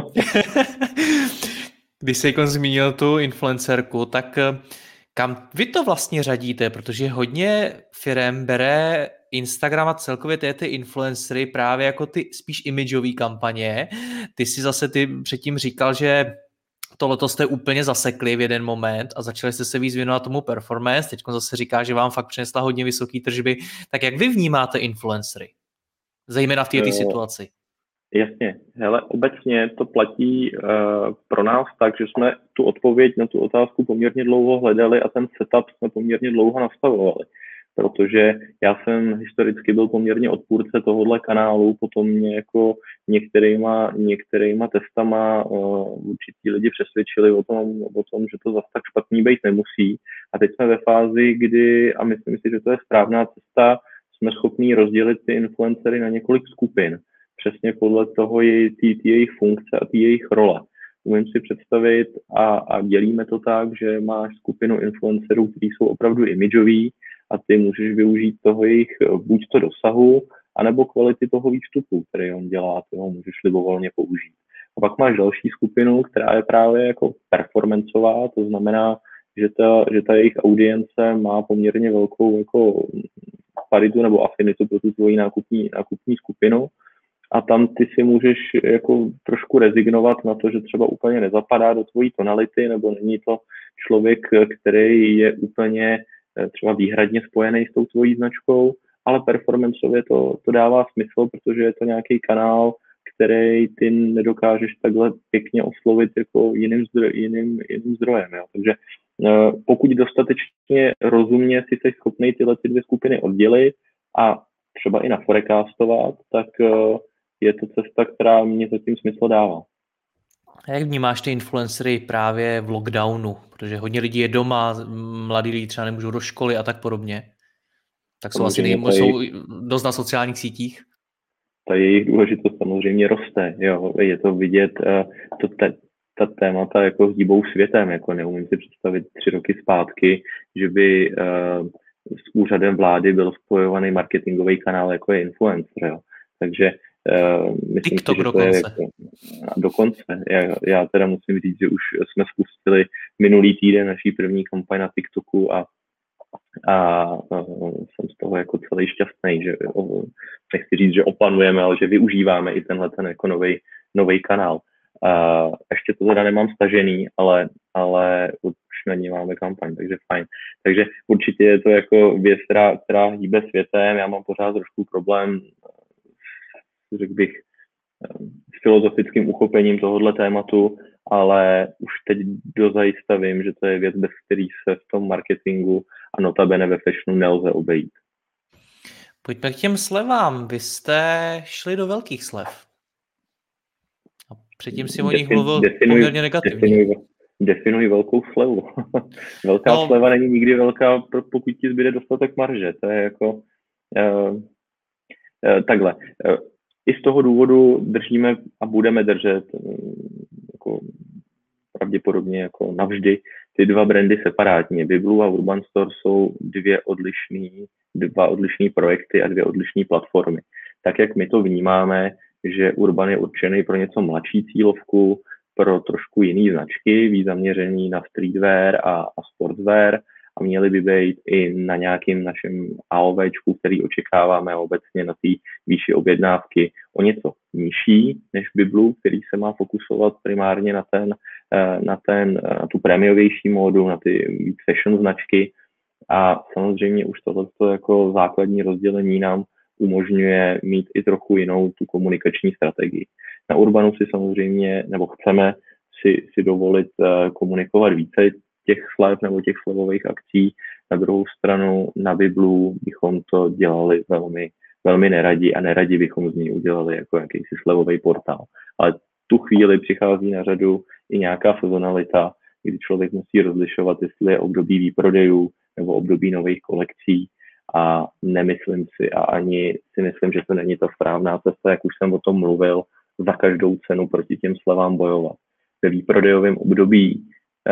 Když jsi zmínil tu influencerku, tak kam vy to vlastně řadíte? Protože hodně firem bere Instagram a celkově ty influencery právě jako ty spíš imidžové kampaně. Ty si zase předtím říkal, že tohleto jste úplně zasekli v jeden moment a začali jste se víc věnovat tomu performance. Teď zase říká, že vám fakt přinesla hodně vysoké tržby. Tak jak vy vnímáte influencery? Zejména v této situaci. Jasně. Hele, obecně to platí pro nás tak, že jsme tu odpověď na tu otázku poměrně dlouho hledali a ten setup jsme poměrně dlouho nastavovali. Protože já jsem historicky byl poměrně odpůrce tohohle kanálu, potom mě jako některýma testama určití lidi přesvědčili o tom, že to zase tak špatný být nemusí. A teď jsme ve fázi, kdy, a myslím si, že to je správná cesta, jsme schopní rozdělit ty influencery na několik skupin. Přesně podle toho jejich funkce a jejich role. Umím si představit a dělíme to tak, že máš skupinu influencerů, kteří jsou opravdu imidžoví a ty můžeš využít toho jejich buď to dosahu, anebo kvality toho výstupu, který on dělá, ty ho můžeš libovolně použít. A pak máš další skupinu, která je právě jako performancová, to znamená, že ta jejich audience má poměrně velkou jako paritu nebo afinitu pro tu tvoji nákupní skupinu. A tam ty si můžeš jako trošku rezignovat na to, že třeba úplně nezapadá do tvojí tonality, nebo není to člověk, který je úplně třeba výhradně spojený s tou tvojí značkou, ale performanceově to dává smysl, protože je to nějaký kanál, který ty nedokážeš takhle pěkně oslovit jako jiným zdrojem. Jo. Takže pokud dostatečně rozumně si jsi schopný tyhle dvě skupiny oddělit a třeba i naforecastovat, tak je to cesta, která mě zatím smysl dává. A jak vnímáš ty influencery právě v lockdownu? Protože hodně lidí je doma, mladí lidi třeba nemůžou do školy a tak podobně. Tak jsou jsou dost na sociálních sítích. Ta jejich důležitost samozřejmě roste. Jo. Je to vidět, ta témata jako hýbou světem. Jako neumím si představit 3 roky zpátky, že by s úřadem vlády byl spojovaný marketingový kanál jako je influencer. Jo. Takže myslím TikTok si, že dokonce. To je dokonce. Já teda musím říct, že už jsme spustili minulý týden naší první kampaň na TikToku a jsem z toho jako celý šťastný, že nechci říct, že opanujeme, ale že využíváme i tenhle ten jako nový kanál. Ještě to teda nemám stažený, ale už na ní máme kampaň, takže fajn. Takže určitě je to jako věc, která hýbe světem. Já mám pořád trošku problém, řekl bych, s filozofickým uchopením tohohle tématu, ale už teď dozajista vím, že to je věc, bez který se v tom marketingu a notabene ve fashionu nelze obejít. Pojďme k těm slevám. Vy jste šli do velkých slev. A předtím si o nich mluvil poměrně negativně. Definuj velkou slevu. Velká sleva není nikdy velká, pokud ti zbyde dostatek marže. To je jako takhle. I z toho důvodu držíme a budeme držet jako pravděpodobně jako navždy ty 2 brandy separátně. Biblu a Urban Store jsou 2 odlišný projekty a 2 odlišné platformy. Tak, jak my to vnímáme, že Urban je určený pro něco mladší cílovku, pro trošku jiný značky, víc zaměřený na streetwear a sportswear a měly by být i na nějakým našem AOVčku, který očekáváme obecně na té výši objednávky o něco nižší než Biblu, který se má fokusovat primárně na tu prémiovější módu, na ty fashion značky a samozřejmě už tohleto jako základní rozdělení nám umožňuje mít i trochu jinou tu komunikační strategii. Na Urbanu si samozřejmě, nebo chceme si dovolit komunikovat více těch slev nebo těch slevových akcí. Na druhou stranu na Biblu bychom to dělali velmi, velmi neradi a neradi bychom z ní udělali jako jakýsi slevový portál. Ale tu chvíli přichází na řadu i nějaká sezonalita, kdy člověk musí rozlišovat, jestli je období výprodejů nebo období nových kolekcí a nemyslím si a ani si myslím, že to není ta správná cesta, jak už jsem o tom mluvil, za každou cenu proti těm slevám bojovat. Ve výprodejovém období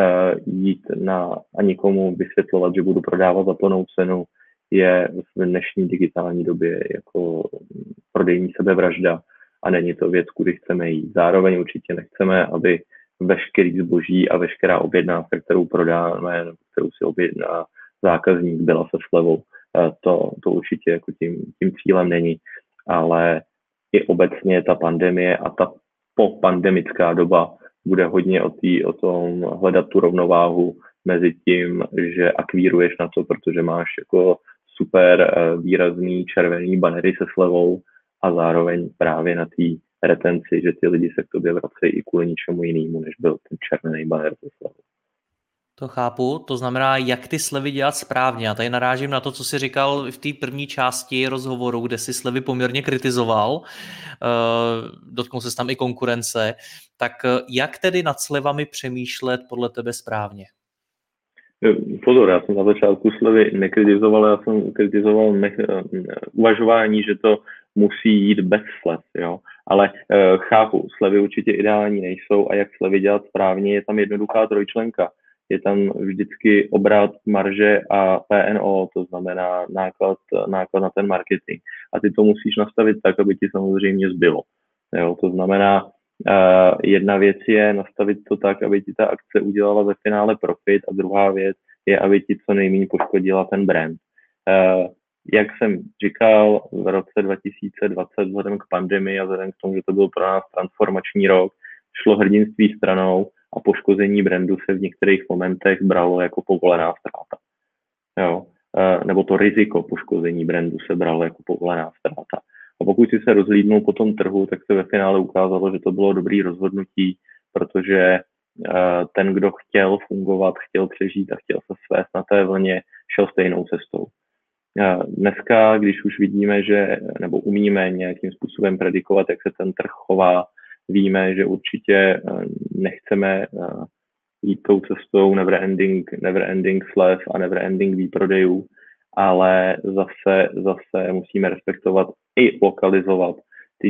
jít a nikomu vysvětlovat, že budu prodávat za plnou cenu, je v dnešní digitální době jako prodejní sebevražda a není to věc, kudy chceme jít. Zároveň určitě nechceme, aby veškerý zboží a veškerá objednávka, kterou prodáme, kterou si objedná zákazník, byla se slevou. To určitě jako tím cílem není, ale i obecně ta pandemie a ta popandemická doba bude hodně o tom hledat tu rovnováhu mezi tím, že akvíruješ na to, protože máš jako super výrazný červený banery se slevou a zároveň právě na té retenci, že ty lidi se k tobě vracejí i kvůli ničemu jinému, než byl ten červený baner se slevou. To chápu, to znamená, jak ty slevy dělat správně. Já tady narážím na to, co jsi říkal v té první části rozhovoru, kde si slevy poměrně kritizoval, dotknul se tam i konkurence. Tak jak tedy nad slevami přemýšlet podle tebe správně? Pozor, já jsem na začátku slevy nekritizoval, já jsem kritizoval uvažování, že to musí jít bez slev, jo. Ale chápu, slevy určitě ideální nejsou a jak slevy dělat správně, je tam jednoduchá trojčlenka. Je tam vždycky obrat, marže a PNO, to znamená náklad na ten marketing. A ty to musíš nastavit tak, aby ti samozřejmě zbylo. Jo, to znamená, jedna věc je nastavit to tak, aby ti ta akce udělala ve finále profit a druhá věc je, aby ti co nejméně poškodila ten brand. Jak jsem říkal, v roce 2020 vzhledem k pandemii a vzhledem k tomu, že to byl pro nás transformační rok, šlo hrdinství stranou a poškození brandu se v některých momentech bralo jako povolená ztráta. Jo. nebo to riziko poškození brandu se bralo jako povolená ztráta. A pokud si se rozhlídnul po tom trhu, tak se ve finále ukázalo, že to bylo dobré rozhodnutí, protože ten, kdo chtěl fungovat, chtěl přežít a chtěl se svést na té vlně, šel stejnou cestou. Dneska, když už vidíme, že, nebo umíme nějakým způsobem predikovat, jak se ten trh chová, víme, že určitě nechceme jít tou cestou never ending slev a never ending výprodejů, ale zase musíme respektovat i lokalizovat ty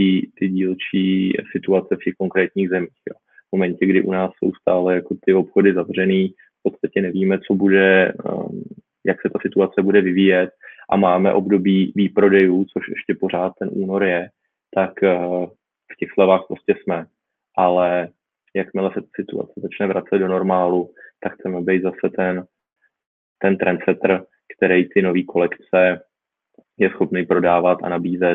dílčí situace v těch konkrétních zemích. Jo. V momentě, kdy u nás jsou stále jako ty obchody zavřený, v podstatě nevíme, co bude, jak se ta situace bude vyvíjet a máme období výprodejů, což ještě pořád ten únor je, tak v těch slevách prostě jsme. Ale jakmile se situace začne vracet do normálu, tak chceme být zase ten trendsetter, který ty nové kolekce je schopný prodávat a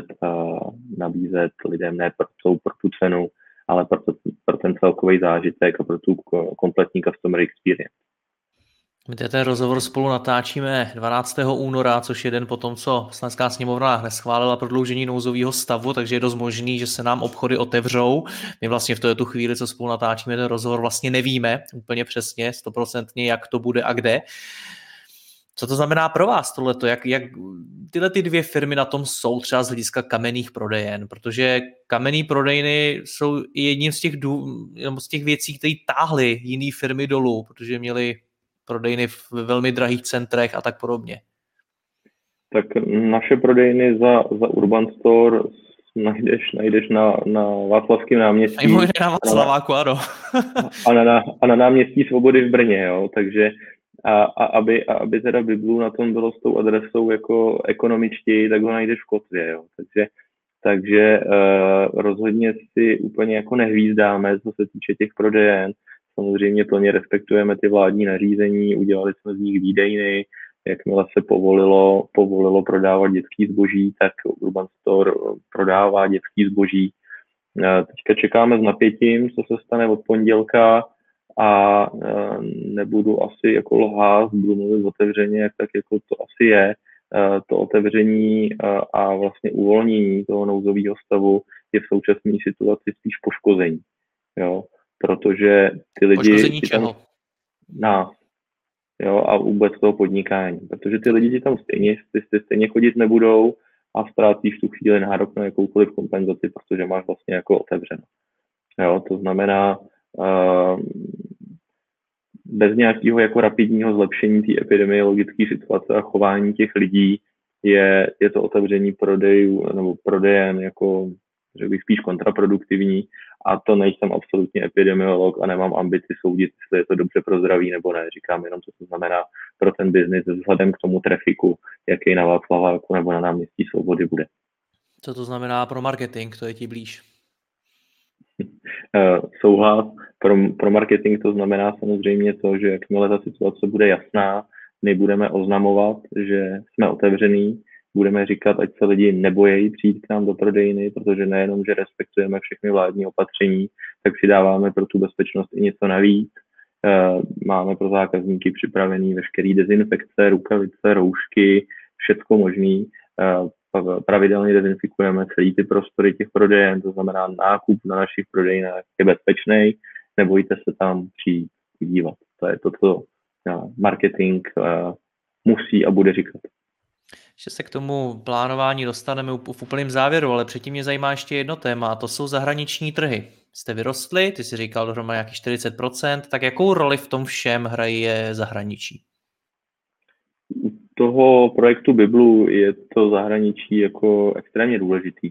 nabízet lidem ne pro tu cenu, ale pro ten celkový zážitek a pro tu kompletní customer experience. My ten rozhovor spolu natáčíme 12. února, což je den po tom, co Poslanecká sněmovna neschválila prodloužení nouzového stavu, takže je dost možný, že se nám obchody otevřou. My vlastně v tu chvíli, co spolu natáčíme ten rozhovor, vlastně nevíme úplně přesně, 100%, jak to bude a kde. Co to znamená pro vás tohleto? Jak tyhle ty dvě firmy na tom jsou třeba z hlediska kamenných prodejen? Protože kamenný prodejny jsou i jedním z těch věcí, které táhly jiné firmy dolů, protože měly prodejny v velmi drahých centrech a tak podobně. Tak naše prodejny za Urban Store najdeš na Václavském náměstí. Mimo jiné na Václaváku, ano. a na náměstí Svobody v Brně, jo, takže aby teda Biblu na tom bylo s tou adresou jako ekonomičtěji, tak ho najdeš v Kotvě, jo, takže rozhodně si úplně jako nehvízdáme, co se týče těch prodejen. Samozřejmě plně respektujeme ty vládní nařízení, udělali jsme z nich výdejny, jakmile se povolilo prodávat dětský zboží, tak Urban Store prodává dětský zboží. Teďka čekáme s napětím, co se stane od pondělka a nebudu asi jako lhát, budu mluvit otevřeně, tak jako to asi je. To otevření a vlastně uvolnění toho nouzového stavu je v současné situaci spíš poškození. Jo? Protože ty lidi... Poškození čeho? Nás. Jo, a vůbec toho podnikání. Protože ty lidi ti tam stejně chodit nebudou a ztrácíš tu chvíli nárok na jakoukoliv kompenzaci, protože máš vlastně jako otevřeno. Jo, to znamená, bez nějakého jako rapidního zlepšení té epidemiologické situace a chování těch lidí je to otevření prodejů nebo prodejen jako, že bych spíš kontraproduktivní, a to nejsem absolutně epidemiolog a nemám ambici soudit, jestli je to dobře pro zdraví nebo ne. Říkám jenom, co to znamená pro ten biznis vzhledem k tomu trafiku, jaký na Václaváku nebo na náměstí Svobody bude. Co to znamená pro marketing, to je ti blíž? Souhlas. Pro marketing to znamená samozřejmě to, že jakmile ta situace bude jasná, my budeme oznamovat, že jsme otevřený, budeme říkat, ať se lidi nebojí přijít k nám do prodejny, protože nejenom, že respektujeme všechny vládní opatření, tak přidáváme pro tu bezpečnost i něco navíc. Máme pro zákazníky připravený veškerý dezinfekce, rukavice, roušky, všecko možný. Pravidelně dezinfikujeme celý ty prostory těch prodejen, to znamená nákup na našich prodejnách je bezpečný, nebojte se tam přijít dívat. To je to, co marketing musí a bude říkat. Ještě se k tomu plánování dostaneme v úplném závěru, ale předtím mě zajímá ještě jedno téma, a to jsou zahraniční trhy. Jste vyrostli, ty jsi říkal dohromady nějakých 40%, tak jakou roli v tom všem hraje zahraničí? U toho projektu Biblu je to zahraničí jako extrémně důležitý.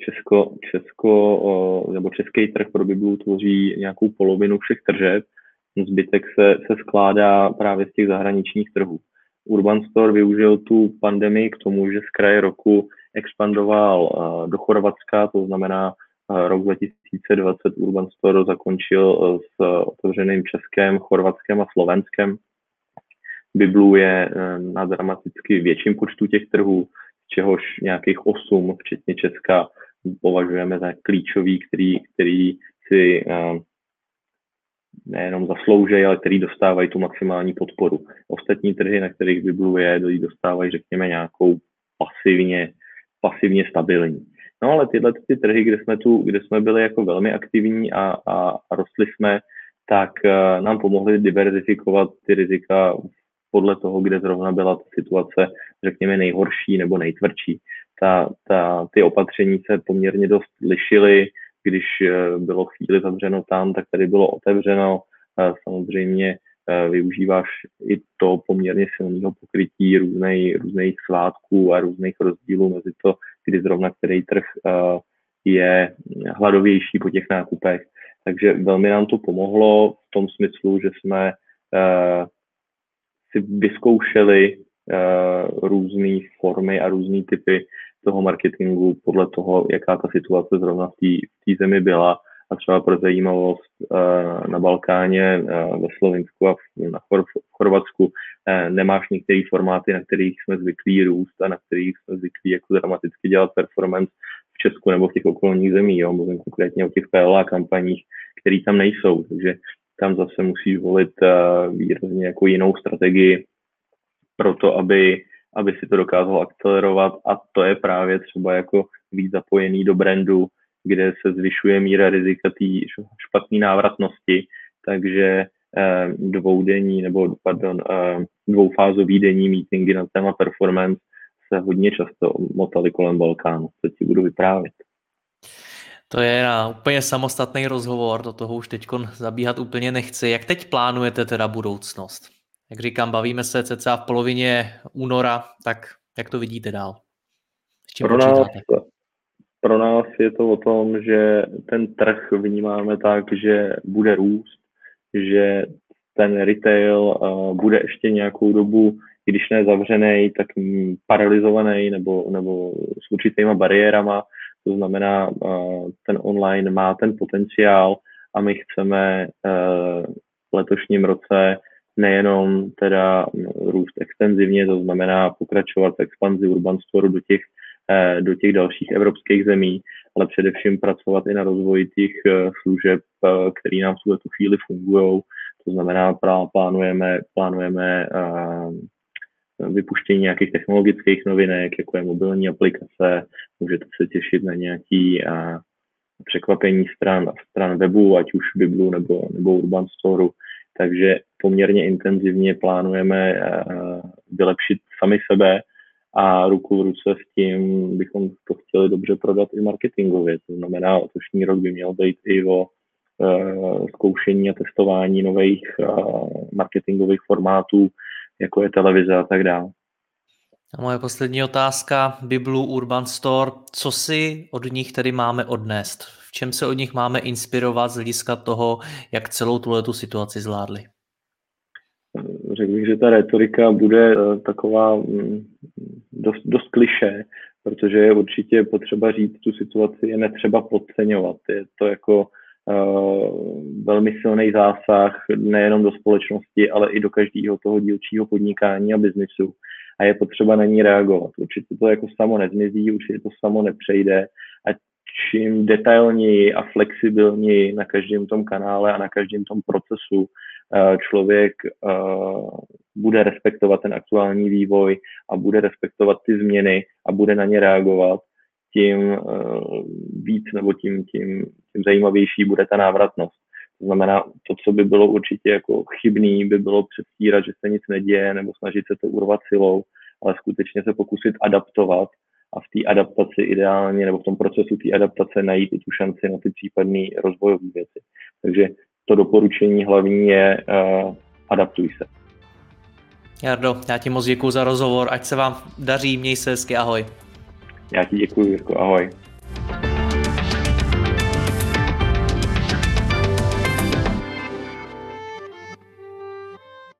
Český trh pro Biblu tvoří nějakou polovinu všech tržeb, zbytek se skládá právě z těch zahraničních trhů. Urban Store využil tu pandemii k tomu, že z kraje roku expandoval do Chorvatska, to znamená rok 2020 Urban Store zakončil s otevřeným Českem, Chorvatskem a Slovenskem. Biblu je na dramaticky větším počtu těch trhů, z čehož nějakých 8, včetně Česka, považujeme za klíčový, který si nejenom zasloužejí, ale který dostávají tu maximální podporu. Ostatní trhy, na kterých Biblu je, dostávají, řekněme, nějakou pasivně stabilní. No ale tyhle ty trhy, kde jsme byli jako velmi aktivní a rostli jsme, tak nám pomohly diverzifikovat ty rizika podle toho, kde zrovna byla ta situace, řekněme, nejhorší nebo nejtvrdší. Ty opatření se poměrně dost lišily, když bylo chvíli zavřeno tam, tak tady bylo otevřeno. Samozřejmě využíváš i to poměrně silného pokrytí různých svátků a různých rozdílů mezi to, kdy zrovna který trh je hladovější po těch nákupech. Takže velmi nám to pomohlo v tom smyslu, že jsme si vyzkoušeli různé formy a různé typy toho marketingu podle toho, jaká ta situace zrovna v té zemi byla. A třeba pro zajímavost na Balkáně, ve Slovinsku a v Chorvatsku nemáš některé formáty, na kterých jsme zvyklí růst a na kterých jsme zvyklí jako dramaticky dělat performance v Česku nebo v těch okolních zemích. Jo? Mluvím konkrétně o těch PLA kampaních, které tam nejsou. Takže tam zase musíš volit výrazně jako jinou strategii pro to, aby si to dokázalo akcelerovat, a to je právě třeba jako víc zapojený do brandu, kde se zvyšuje míra rizika té špatné návratnosti, takže dvoufázový denní meetingy na téma performance se hodně často motaly kolem Balkánu, co ti budu vyprávět. To je na úplně samostatný rozhovor, do toho už teď zabíhat úplně nechci. Jak teď plánujete teda budoucnost? Jak říkám, bavíme se cca v polovině února, tak jak to vidíte dál? S čím počítáte? Pro nás je to o tom, že ten trh vnímáme tak, že bude růst, že ten retail bude ještě nějakou dobu, když ne zavřený, tak paralizovaný nebo s určitýma bariérama. To znamená, ten online má ten potenciál a my chceme v letošním roce nejenom teda růst extenzivně, to znamená pokračovat v expanzi Urban Store do těch dalších evropských zemí, ale především pracovat i na rozvoji těch služeb, které nám v tu chvíli fungují. To znamená, plánujeme vypuštění nějakých technologických novinek, jako je mobilní aplikace, můžete se těšit na nějaké překvapení stran webu, ať už Biblu nebo Urban Storeu. Takže poměrně intenzivně plánujeme vylepšit sami sebe a ruku v ruce s tím bychom to chtěli dobře prodat i marketingově. To znamená, letošní rok by měl být i o zkoušení a testování nových marketingových formátů, jako je televize a tak dále. A moje poslední otázka, Biblu, Urban Store, co si od nich tedy máme odnést? V čem se od nich máme inspirovat z hlediska toho, jak celou tuhletu situaci zvládli? Řekl bych, že ta retorika bude taková dost klišé, protože je určitě potřeba říct, tu situaci je netřeba podceňovat. Je to jako velmi silný zásah nejenom do společnosti, ale i do každého toho dílčího podnikání a biznisu. A je potřeba na ní reagovat. Určitě to jako samo nezmizí, určitě to samo nepřejde. A čím detailněji a flexibilněji na každém tom kanále a na každém tom procesu člověk bude respektovat ten aktuální vývoj a bude respektovat ty změny a bude na ně reagovat, tím víc nebo tím zajímavější bude ta návratnost. To znamená, to, co by bylo určitě jako chybný, by bylo předstírat, že se nic neděje nebo snažit se to urvat silou, ale skutečně se pokusit adaptovat a v té adaptaci ideálně nebo v tom procesu té adaptace najít i tu šanci na ty případné rozvojové věci. Takže to doporučení hlavní je adaptuj se. Jardo, já ti moc děkuju za rozhovor, ať se vám daří, měj se hezky, ahoj. Já ti děkuji, Jirko, ahoj.